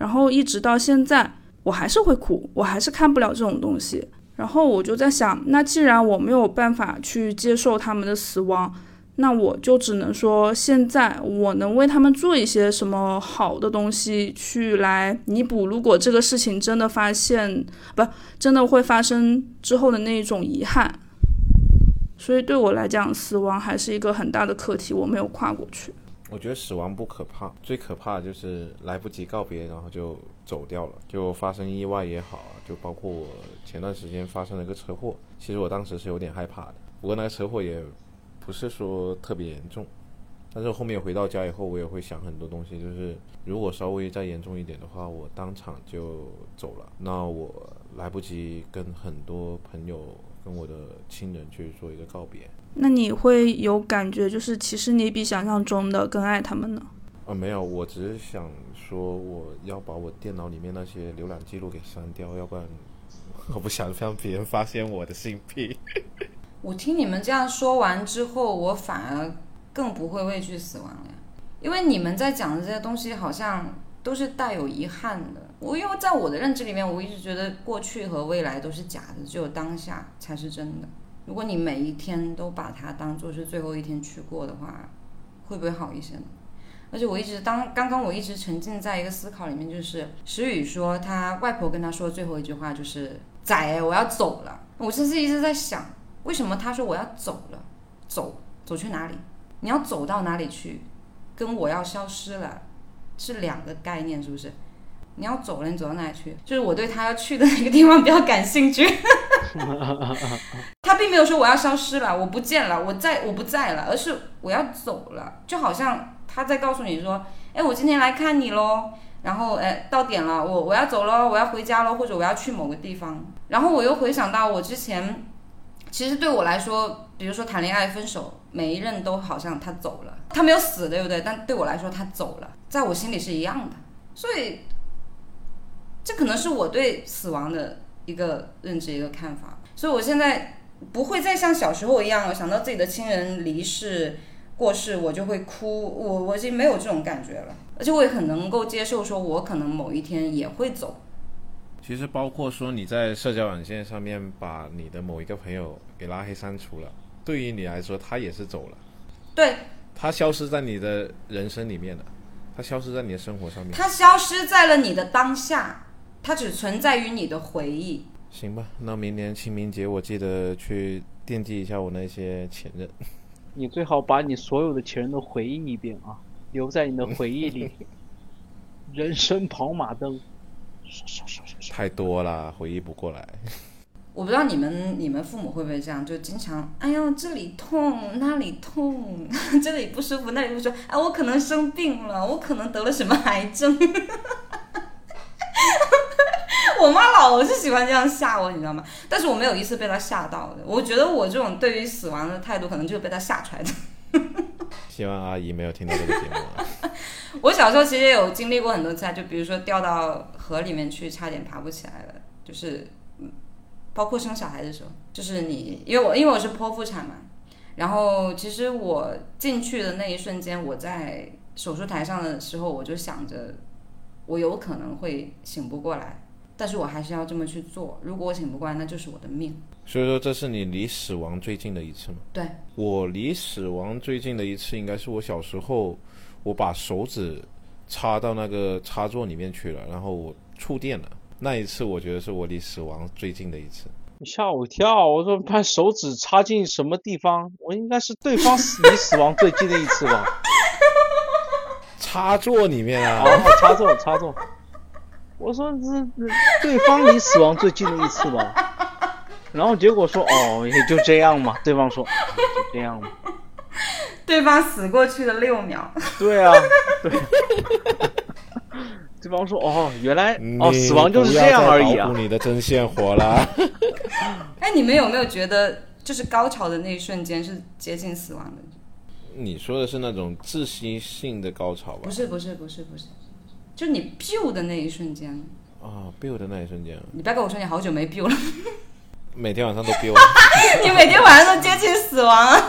然后一直到现在我还是会哭，我还是看不了这种东西。然后我就在想，那既然我没有办法去接受他们的死亡，那我就只能说现在我能为他们做一些什么好的东西去来弥补如果这个事情真的发现不真的会发生之后的那一种遗憾。所以对我来讲，死亡还是一个很大的课题，我没有跨过去。 我觉得死亡不可怕，最可怕的就是来不及告别然后就走掉了，就发生意外也好，就包括我前段时间发生了一个车祸，其实我当时是有点害怕的，不过那个车祸也不是说特别严重，但是后面回到家以后我也会想很多东西，就是如果稍微再严重一点的话，我当场就走了，那我来不及跟很多朋友跟我的亲人去做一个告别。 那你会有感觉就是其实你比想象中的更爱他们呢？ 啊，没有，我只是想说我要把我电脑里面那些浏览记录给删掉，要不然我不想让别人发现我的性癖。 我听你们这样说完之后，我反而更不会畏惧死亡了，因为你们在讲的这些东西好像都是带有遗憾的。我因为在我的认知里面，我一直觉得过去和未来都是假的，只有当下才是真的。如果你每一天都把它当作是最后一天去过的话，会不会好一些呢？而且我一直当刚刚我一直沉浸在一个思考里面，就是石宇说他外婆跟他说最后一句话就是仔我要走了，我真是一直在想，为什么他说我要走了，走走去哪里？你要走到哪里去？跟我要消失了是两个概念，是不是？你要走了，你走到哪里去？就是我对他要去的那个地方比较感兴趣。他并没有说我要消失了，我不见了，我在我不在了，而是我要走了，就好像他在告诉你说，哎，我今天来看你咯，然后哎到点了，我我要走了，我要回家了，或者我要去某个地方。然后我又回想到我之前，其实对我来说，比如说谈恋爱分手，每一任都好像他走了，他没有死，对不对？但对我来说他走了，在我心里是一样的。所以这可能是我对死亡的一个认知，一个看法。所以我现在不会再像小时候一样，想到自己的亲人离世过世我就会哭，我我已经没有这种感觉了，而且我也很能够接受说我可能某一天也会走。 其实包括说你在社交软件上面把你的某一个朋友给拉黑删除了，对于你来说他也是走了， 对， 他消失在你的人生里面了，他消失在你的生活上面， 他消失在了你的当下，他只存在于你的回忆。 行吧，那明年清明节我记得去惦记一下我那些前任。 你最好把你所有的前任都回忆一遍啊，留在你的回忆里。人生跑马灯， 太多了，回忆不过来。 我不知道你们你们父母会不会这样，就经常哎呦这里痛那里痛，这里不舒服那里不舒服，哎我可能生病了，我可能得了什么癌症。我妈老是喜欢这样吓我，你知道吗？但是我没有一次被她吓到的。我觉得我这种对于死亡的态度，可能就是被她吓出来的。 希望阿姨没有听到这个节目啊。 我小时候其实也有经历过很多次，就比如说掉到河里面去，差点爬不起来了，就是包括生小孩的时候，就是你因为我因为我是剖腹产嘛，然后其实我进去的那一瞬间，我在手术台上的时候，我就想着我有可能会醒不过来，但是我还是要这么去做，如果我醒不过来，那就是我的命。 所以说这是你离死亡最近的一次吗？ 对， 我离死亡最近的一次应该是我小时候，我把手指插到那个插座里面去了，然后我触电了，那一次我觉得是我离死亡最近的一次。 你吓我一跳，我说把手指插进什么地方，我应该是对方离死亡最近的一次吧。 插座里面啊， 哦，插座插座，我说这对方离死亡最近的一次吧。然后结果说哦，也就这样嘛。对方说、哦、就这样嘛。 对方死过去了六秒。 对啊，对。对方说哦，原来哦，死亡就是这样而已啊。 保护你的针线活了。 哎，你们有没有觉得，就是高潮的那一瞬间是接近死亡的？ 你说的是那种窒息性的高潮吧？ 不是，不是，不是，不是，就你 biu 的那一瞬间。 啊 biu 的那一瞬间。 你不要跟我说你好久没 biu 了。 每天晚上都 biu。 你每天晚上都接近死亡啊。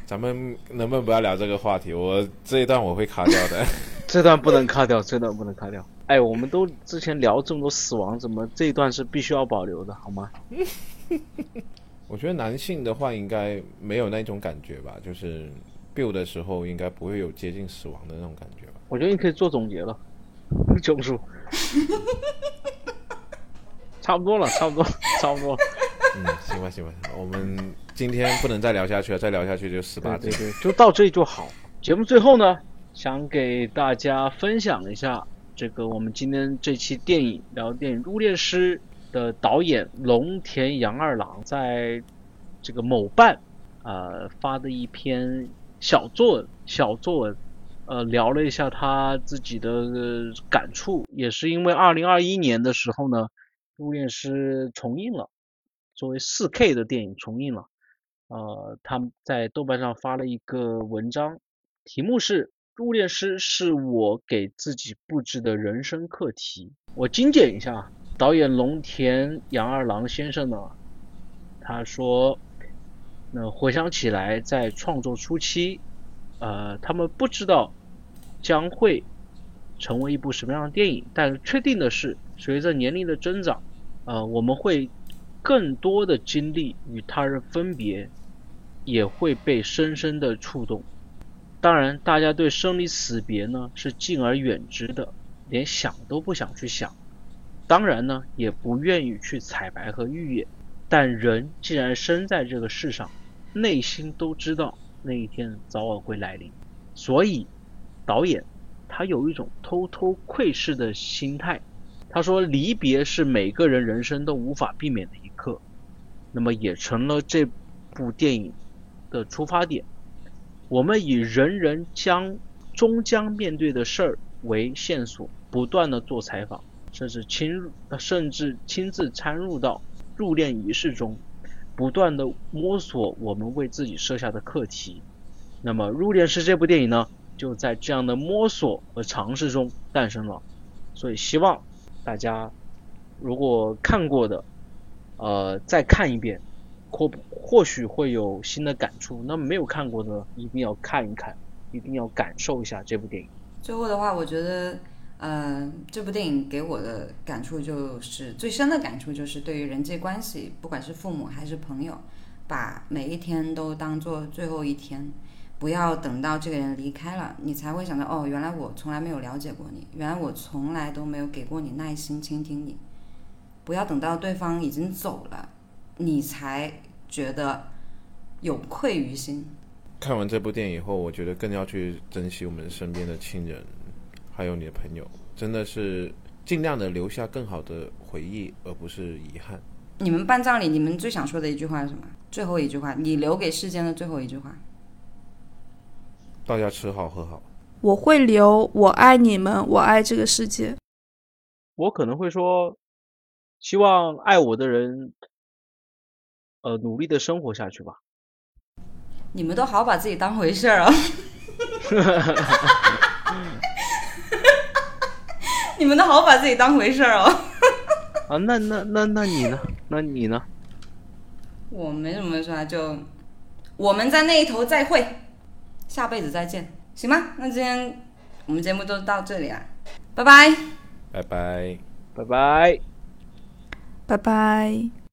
咱们能不能不要聊这个话题？我这一段我会卡掉的。 这段不能卡掉，这段不能卡掉。哎，我们都之前聊这么多死亡，怎么这一段是必须要保留的，好吗？ 我觉得男性的话应该没有那种感觉吧，就是 build 的时候应该不会有接近死亡的那种感觉吧。 我觉得你可以做总结了，救赎。差不多了，差不多，差不多。 嗯，行吧，行吧，我们今天不能再聊下去了，再聊下去就十八集。 对对对，就到这里就好。节目最后呢，想给大家分享一下这个我们今天这期电影聊电影《入殓师》的导演龙田洋二郎在这个某办呃发的一篇小作文，小作文。呃，聊了一下他自己的、呃、感触，也是因为二零二一年的时候呢，《入殓师》重映了，作为 四 K 的电影重映了。呃，他在豆瓣上发了一个文章，题目是《入殓师是我给自己布置的人生课题》。我精简一下，导演龙田洋二郎先生呢，他说，那回想起来，在创作初期，呃，他们不知道将会成为一部什么样的电影，但确定的是，随着年龄的增长，呃，我们会更多的经历与他人分别，也会被深深的触动。当然，大家对生离死别呢是敬而远之的，连想都不想去想。当然呢，也不愿意去彩排和预演。但人既然生在这个世上，内心都知道那一天早晚会来临。所以导演他有一种偷偷窥视的心态，他说离别是每个人人生都无法避免的一刻，那么也成了这部电影的出发点。我们以人人将终将面对的事儿为线索，不断的做采访，甚至亲甚至亲自参入到入殓仪式中，不断的摸索我们为自己设下的课题。那么《入殓师》这部电影呢，就在这样的摸索和尝试中诞生了。所以希望大家如果看过的，呃，再看一遍，或或许会有新的感触。那么没有看过的，一定要看一看，一定要感受一下这部电影。 最后的话，我觉得，呃，这部电影给我的感触就是最深的感触就是对于人际关系，不管是父母还是朋友，把每一天都当做最后一天。不要等到这个人离开了，你才会想到，哦，原来我从来没有了解过你，原来我从来都没有给过你耐心倾听你。不要等到对方已经走了，你才觉得有愧于心。 看完这部电影以后，我觉得更要去珍惜我们身边的亲人，还有你的朋友，真的是尽量的留下更好的回忆，而不是遗憾。 你们办葬礼，你们最想说的一句话是什么？最后一句话，你留给世间的最后一句话。 大家吃好喝好。 我会留我爱你们，我爱这个世界。 我可能会说，希望爱我的人，呃，努力的生活下去吧。 你们都好把自己当回事儿哦。你们都好把自己当回事儿哦。 啊，那那那那你呢？那你呢？ 我没什么说，就我们在那一头再会。下辈子再见，行吗？那今天我们节目就到这里了，拜拜， 拜拜， 拜拜， 拜拜。